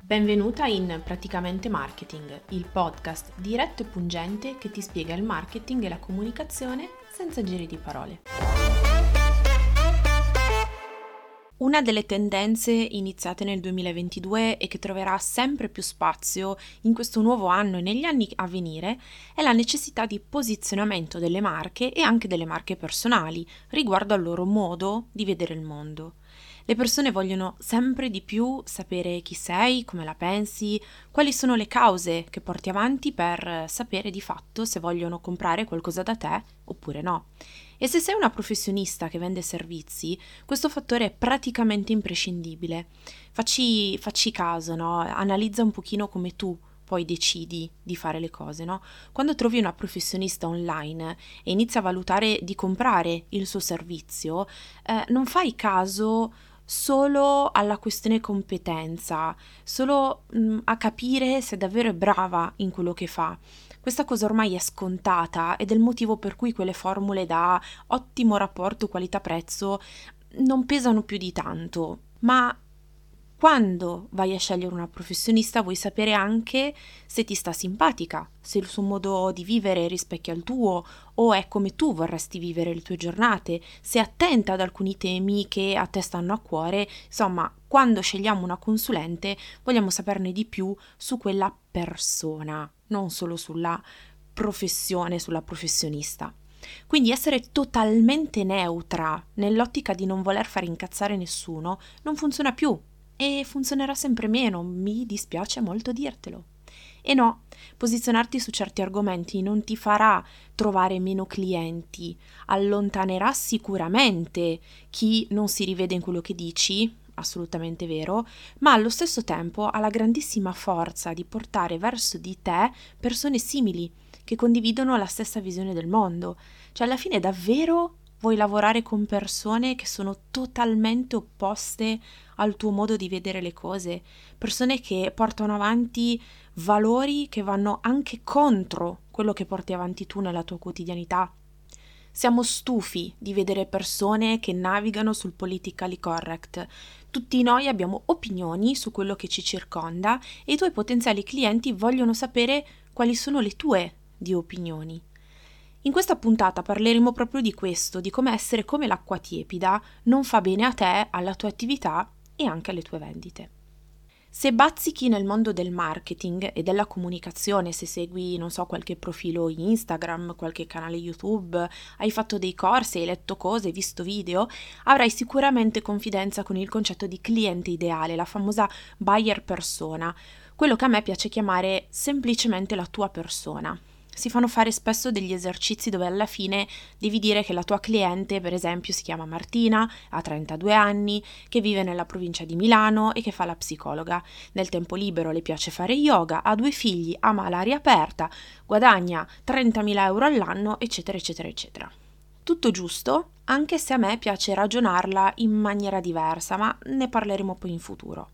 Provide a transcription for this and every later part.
Benvenuta in Praticamente Marketing, il podcast diretto e pungente che ti spiega il marketing e la comunicazione senza giri di parole. Una delle tendenze iniziate nel 2022 e che troverà sempre più spazio in questo nuovo anno e negli anni a venire è la necessità di posizionamento delle marche e anche delle marche personali riguardo al loro modo di vedere il mondo. Le persone vogliono sempre di più sapere chi sei, come la pensi, quali sono le cause che porti avanti per sapere di fatto se vogliono comprare qualcosa da te oppure no. E se sei una professionista che vende servizi, questo fattore è praticamente imprescindibile. Facci caso, no? Analizza un pochino come tu poi decidi di fare le cose, no? Quando trovi una professionista online e inizi a valutare di comprare il suo servizio, non fai caso solo alla questione competenza, solo a capire se davvero è brava in quello che fa. Questa cosa ormai è scontata ed è il motivo per cui quelle formule da ottimo rapporto qualità-prezzo non pesano più di tanto, ma quando vai a scegliere una professionista vuoi sapere anche se ti sta simpatica, se il suo modo di vivere rispecchia il tuo o è come tu vorresti vivere le tue giornate, se è attenta ad alcuni temi che a te stanno a cuore. Insomma, quando scegliamo una consulente vogliamo saperne di più su quella persona, non solo sulla professione, sulla professionista. Quindi essere totalmente neutra nell'ottica di non voler far incazzare nessuno non funziona più. E funzionerà sempre meno, mi dispiace molto dirtelo. E no, posizionarti su certi argomenti non ti farà trovare meno clienti, allontanerà sicuramente chi non si rivede in quello che dici, assolutamente vero, ma allo stesso tempo ha la grandissima forza di portare verso di te persone simili, che condividono la stessa visione del mondo. Cioè alla fine davvero vuoi lavorare con persone che sono totalmente opposte al tuo modo di vedere le cose, persone che portano avanti valori che vanno anche contro quello che porti avanti tu nella tua quotidianità. Siamo stufi di vedere persone che navigano sul politically correct. Tutti noi abbiamo opinioni su quello che ci circonda e i tuoi potenziali clienti vogliono sapere quali sono le tue di opinioni. In questa puntata parleremo proprio di questo, di come essere come l'acqua tiepida non fa bene a te, alla tua attività e anche alle tue vendite. Se bazzichi nel mondo del marketing e della comunicazione, se segui, non so, qualche profilo Instagram, qualche canale YouTube, hai fatto dei corsi, hai letto cose, hai visto video, avrai sicuramente confidenza con il concetto di cliente ideale, la famosa buyer persona, quello che a me piace chiamare semplicemente la tua persona. Si fanno fare spesso degli esercizi dove alla fine devi dire che la tua cliente, per esempio, si chiama Martina, ha 32 anni, che vive nella provincia di Milano e che fa la psicologa. Nel tempo libero le piace fare yoga, ha 2 figli, ama l'aria aperta, guadagna 30.000 euro all'anno, eccetera, eccetera, eccetera. Tutto giusto, anche se a me piace ragionarla in maniera diversa, ma ne parleremo poi in futuro.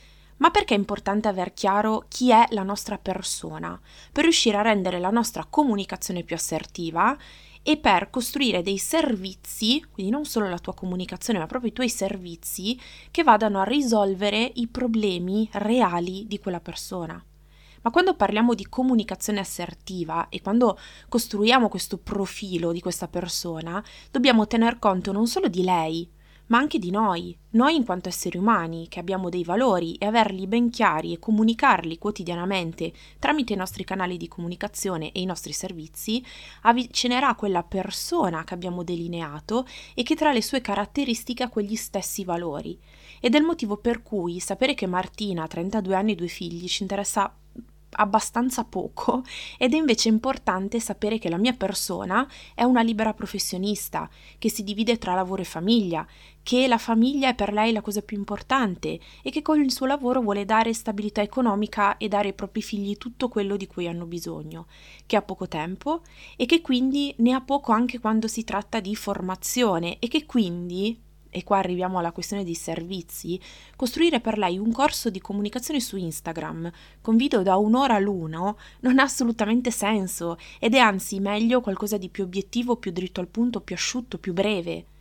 Ma perché è importante aver chiaro chi è la nostra persona? Per riuscire a rendere la nostra comunicazione più assertiva e per costruire dei servizi, quindi non solo la tua comunicazione, ma proprio i tuoi servizi, che vadano a risolvere i problemi reali di quella persona. Ma quando parliamo di comunicazione assertiva e quando costruiamo questo profilo di questa persona, dobbiamo tener conto non solo di lei, ma anche di noi in quanto esseri umani che abbiamo dei valori, e averli ben chiari e comunicarli quotidianamente tramite i nostri canali di comunicazione e i nostri servizi avvicinerà quella persona che abbiamo delineato e che tra le sue caratteristiche ha quegli stessi valori. Ed è il motivo per cui sapere che Martina ha 32 anni e 2 figli ci interessa abbastanza poco, ed è invece importante sapere che la mia persona è una libera professionista che si divide tra lavoro e famiglia, che la famiglia è per lei la cosa più importante e che con il suo lavoro vuole dare stabilità economica e dare ai propri figli tutto quello di cui hanno bisogno, che ha poco tempo e che quindi ne ha poco anche quando si tratta di formazione e che quindi, e qua arriviamo alla questione dei servizi, costruire per lei un corso di comunicazione su Instagram con video da 1 ora l'uno non ha assolutamente senso ed è anzi meglio qualcosa di più obiettivo, più dritto al punto, più asciutto, più breve.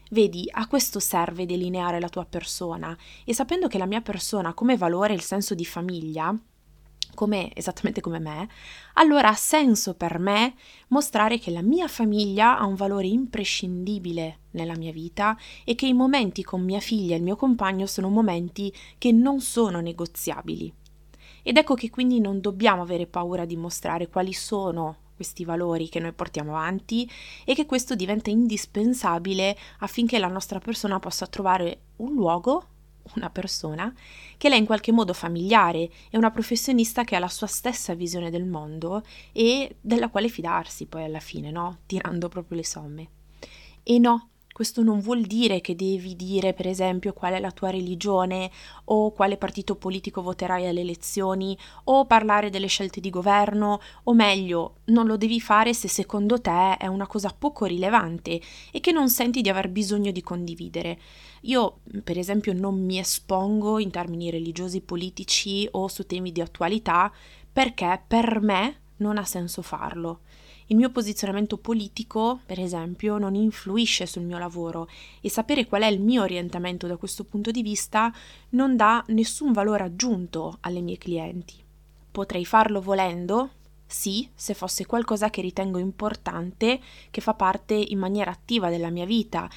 Vedi, a questo serve delineare la tua persona e sapendo che la mia persona ha come valore il senso di famiglia, esattamente come me, allora ha senso per me mostrare che la mia famiglia ha un valore imprescindibile nella mia vita e che i momenti con mia figlia e il mio compagno sono momenti che non sono negoziabili. Ed ecco che quindi non dobbiamo avere paura di mostrare quali sono questi valori che noi portiamo avanti e che questo diventa indispensabile affinché la nostra persona possa trovare un luogo, una persona, che le è in qualche modo familiare e una professionista che ha la sua stessa visione del mondo e della quale fidarsi poi alla fine, no? Tirando proprio le somme. E no, questo non vuol dire che devi dire, per esempio, qual è la tua religione o quale partito politico voterai alle elezioni o parlare delle scelte di governo, o meglio, non lo devi fare se secondo te è una cosa poco rilevante e che non senti di aver bisogno di condividere. Io, per esempio, non mi espongo in termini religiosi, politici o su temi di attualità perché per me non ha senso farlo. Il mio posizionamento politico, per esempio, non influisce sul mio lavoro e sapere qual è il mio orientamento da questo punto di vista non dà nessun valore aggiunto alle mie clienti. Potrei farlo volendo? Sì, se fosse qualcosa che ritengo importante, che fa parte in maniera attiva della mia vita,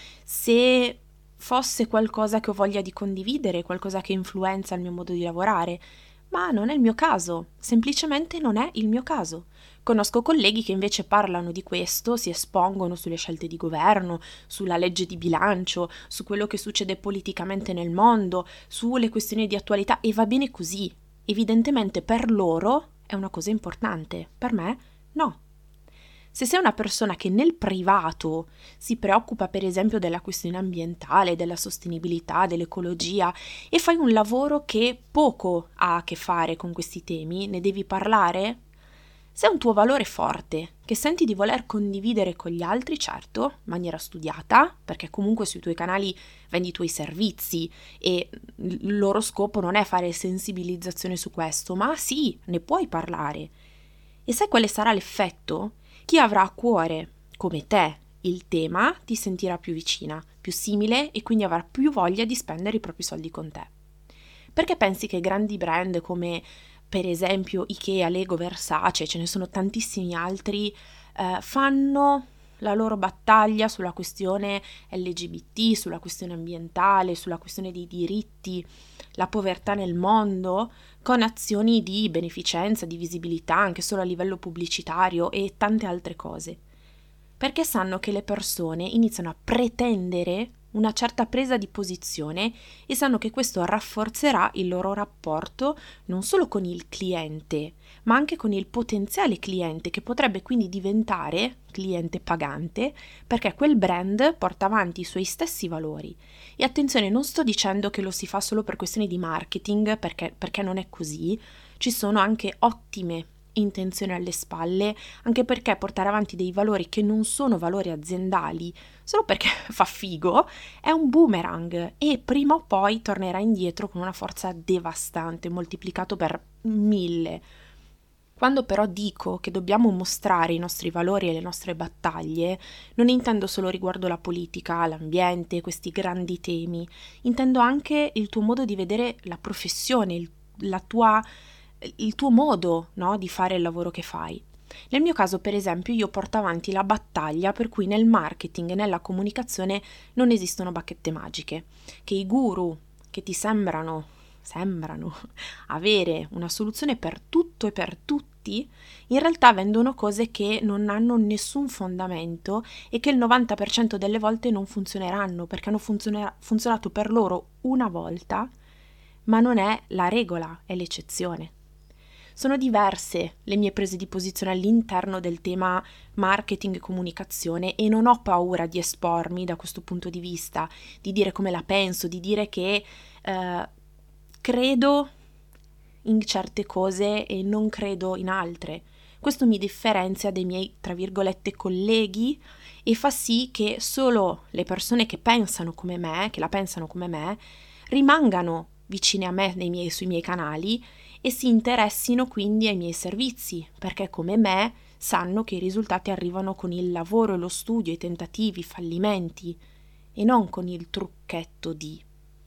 se fosse qualcosa che ho voglia di condividere, qualcosa che influenza il mio modo di lavorare, ma non è il mio caso, semplicemente non è il mio caso. Conosco colleghi che invece parlano di questo, si espongono sulle scelte di governo, sulla legge di bilancio, su quello che succede politicamente nel mondo, sulle questioni di attualità e va bene così. Evidentemente per loro è una cosa importante, per me no. Se sei una persona che nel privato si preoccupa per esempio della questione ambientale, della sostenibilità, dell'ecologia e fai un lavoro che poco ha a che fare con questi temi, ne devi parlare? Se è un tuo valore forte, che senti di voler condividere con gli altri, certo, in maniera studiata, perché comunque sui tuoi canali vendi i tuoi servizi e il loro scopo non è fare sensibilizzazione su questo, ma sì, ne puoi parlare. E sai quale sarà l'effetto? Chi avrà a cuore, come te, il tema ti sentirà più vicina, più simile e quindi avrà più voglia di spendere i propri soldi con te. Perché pensi che grandi brand come per esempio Ikea, Lego, Versace, ce ne sono tantissimi altri, fanno la loro battaglia sulla questione LGBT, sulla questione ambientale, sulla questione dei diritti, la povertà nel mondo, con azioni di beneficenza, di visibilità, anche solo a livello pubblicitario e tante altre cose. Perché sanno che le persone iniziano a pretendere una certa presa di posizione e sanno che questo rafforzerà il loro rapporto non solo con il cliente, ma anche con il potenziale cliente che potrebbe quindi diventare cliente pagante perché quel brand porta avanti i suoi stessi valori. E attenzione, non sto dicendo che lo si fa solo per questioni di marketing, perché non è così, ci sono anche ottime intenzione alle spalle, anche perché portare avanti dei valori che non sono valori aziendali solo perché fa figo è un boomerang e prima o poi tornerà indietro con una forza devastante, moltiplicato per 1000. Quando però dico che dobbiamo mostrare i nostri valori e le nostre battaglie, non intendo solo riguardo la politica, l'ambiente, questi grandi temi, intendo anche il tuo modo di vedere la professione, il tuo modo, no, di fare il lavoro che fai. Nel mio caso, per esempio, io porto avanti la battaglia per cui nel marketing e nella comunicazione non esistono bacchette magiche, che i guru che ti sembrano avere una soluzione per tutto e per tutti, in realtà vendono cose che non hanno nessun fondamento e che il 90% delle volte non funzioneranno perché hanno funzionato per loro una volta, ma non è la regola, è l'eccezione. Sono diverse le mie prese di posizione all'interno del tema marketing e comunicazione e non ho paura di espormi da questo punto di vista, di dire come la penso, di dire che credo in certe cose e non credo in altre. Questo mi differenzia dai miei, tra virgolette, colleghi e fa sì che solo le persone che pensano come me, che la pensano come me, rimangano vicine a me sui miei canali e si interessino quindi ai miei servizi, perché come me sanno che i risultati arrivano con il lavoro e lo studio, i tentativi, i fallimenti. e non con il trucchetto di.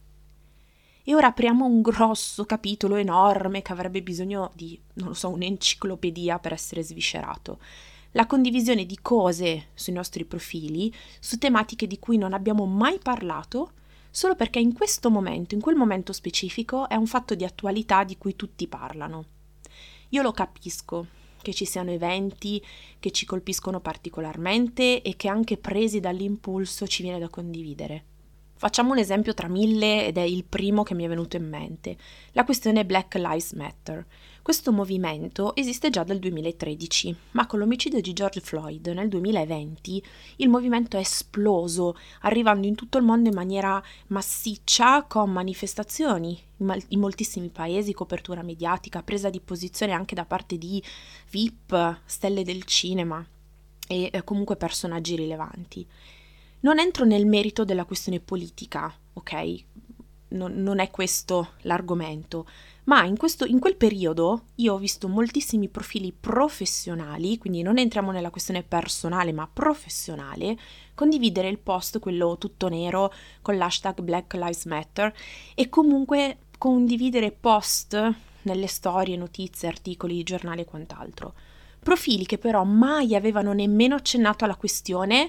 E ora apriamo un grosso capitolo enorme che avrebbe bisogno di, non lo so, un'enciclopedia per essere sviscerato. La condivisione di cose sui nostri profili, su tematiche di cui non abbiamo mai parlato, solo perché in questo momento, in quel momento specifico, è un fatto di attualità di cui tutti parlano. Io lo capisco, che ci siano eventi che ci colpiscono particolarmente e che anche presi dall'impulso ci viene da condividere. Facciamo un esempio tra mille ed è il primo che mi è venuto in mente, la questione Black Lives Matter. Questo movimento esiste già dal 2013, ma con l'omicidio di George Floyd nel 2020 il movimento è esploso, arrivando in tutto il mondo in maniera massiccia, con manifestazioni in moltissimi paesi, copertura mediatica, presa di posizione anche da parte di VIP, stelle del cinema e comunque personaggi rilevanti. Non entro nel merito della questione politica, ok? Non è questo l'argomento, ma in quel periodo io ho visto moltissimi profili professionali, quindi non entriamo nella questione personale ma professionale, condividere il post, quello tutto nero, con l'hashtag Black Lives Matter e comunque condividere post nelle storie, notizie, articoli, giornali e quant'altro. Profili che però mai avevano nemmeno accennato alla questione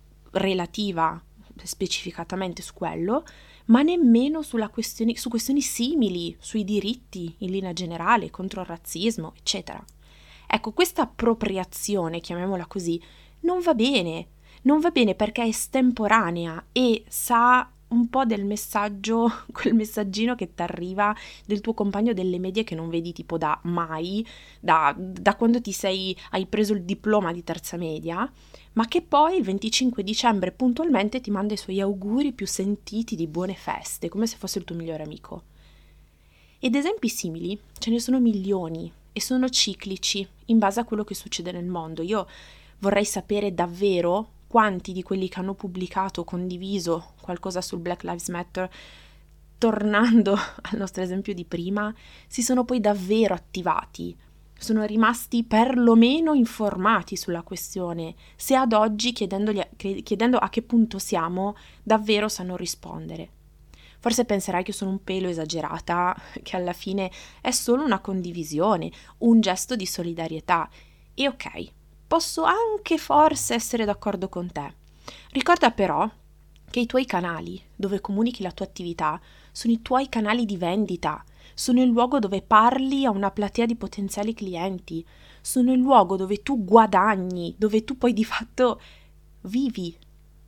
relativa specificatamente su quello, ma nemmeno su questioni simili, sui diritti in linea generale, contro il razzismo, eccetera. Ecco, questa appropriazione, chiamiamola così, non va bene perché è estemporanea e sa un po' del messaggio, quel messaggino che ti arriva del tuo compagno delle medie che non vedi tipo da mai, da quando hai preso il diploma di terza media, ma che poi il 25 dicembre puntualmente ti manda i suoi auguri più sentiti di buone feste, come se fosse il tuo migliore amico. Ed esempi simili ce ne sono milioni e sono ciclici in base a quello che succede nel mondo. Io vorrei sapere davvero quanti di quelli che hanno pubblicato o condiviso qualcosa sul Black Lives Matter, tornando al nostro esempio di prima, si sono poi davvero attivati, sono rimasti perlomeno informati sulla questione, se ad oggi chiedendo a che punto siamo, davvero sanno rispondere. Forse penserai che sono un pelo esagerata, che alla fine è solo una condivisione, un gesto di solidarietà. E ok, posso anche forse essere d'accordo con te. Ricorda però che i tuoi canali dove comunichi la tua attività sono i tuoi canali di vendita, sono il luogo dove parli a una platea di potenziali clienti, sono il luogo dove tu guadagni, dove tu poi di fatto vivi.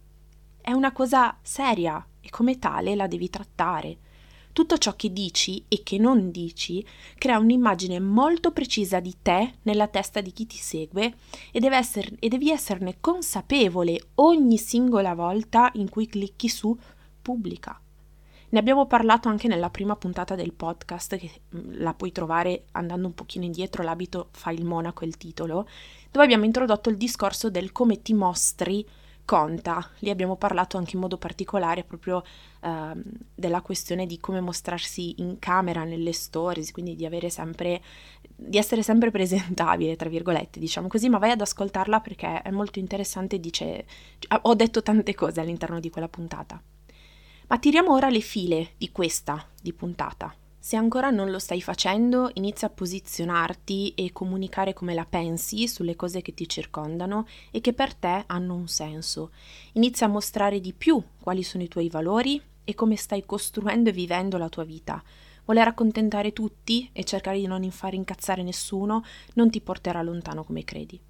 È una cosa seria e come tale la devi trattare. Tutto ciò che dici e che non dici crea un'immagine molto precisa di te nella testa di chi ti segue e devi esserne consapevole ogni singola volta in cui clicchi su pubblica. Ne abbiamo parlato anche nella prima puntata del podcast, che la puoi trovare andando un pochino indietro, l'abito fa il monaco, il titolo, dove abbiamo introdotto il discorso del come ti mostri conta. Lì abbiamo parlato anche in modo particolare proprio della questione di come mostrarsi in camera, nelle stories, quindi di essere sempre presentabile, tra virgolette, diciamo così, ma vai ad ascoltarla perché è molto interessante, ho detto tante cose all'interno di quella puntata. Ma tiriamo ora le file di puntata. Se ancora non lo stai facendo, inizia a posizionarti e comunicare come la pensi sulle cose che ti circondano e che per te hanno un senso. Inizia a mostrare di più quali sono i tuoi valori e come stai costruendo e vivendo la tua vita. Voler accontentare tutti e cercare di non far incazzare nessuno non ti porterà lontano come credi.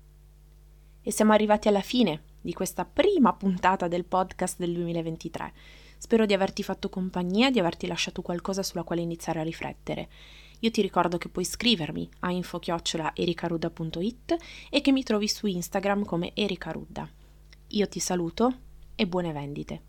E siamo arrivati alla fine di questa prima puntata del podcast del 2023. Spero di averti fatto compagnia, di averti lasciato qualcosa sulla quale iniziare a riflettere. Io ti ricordo che puoi scrivermi a info@ericarudda.it e che mi trovi su Instagram come Ericarudda. Io ti saluto e buone vendite.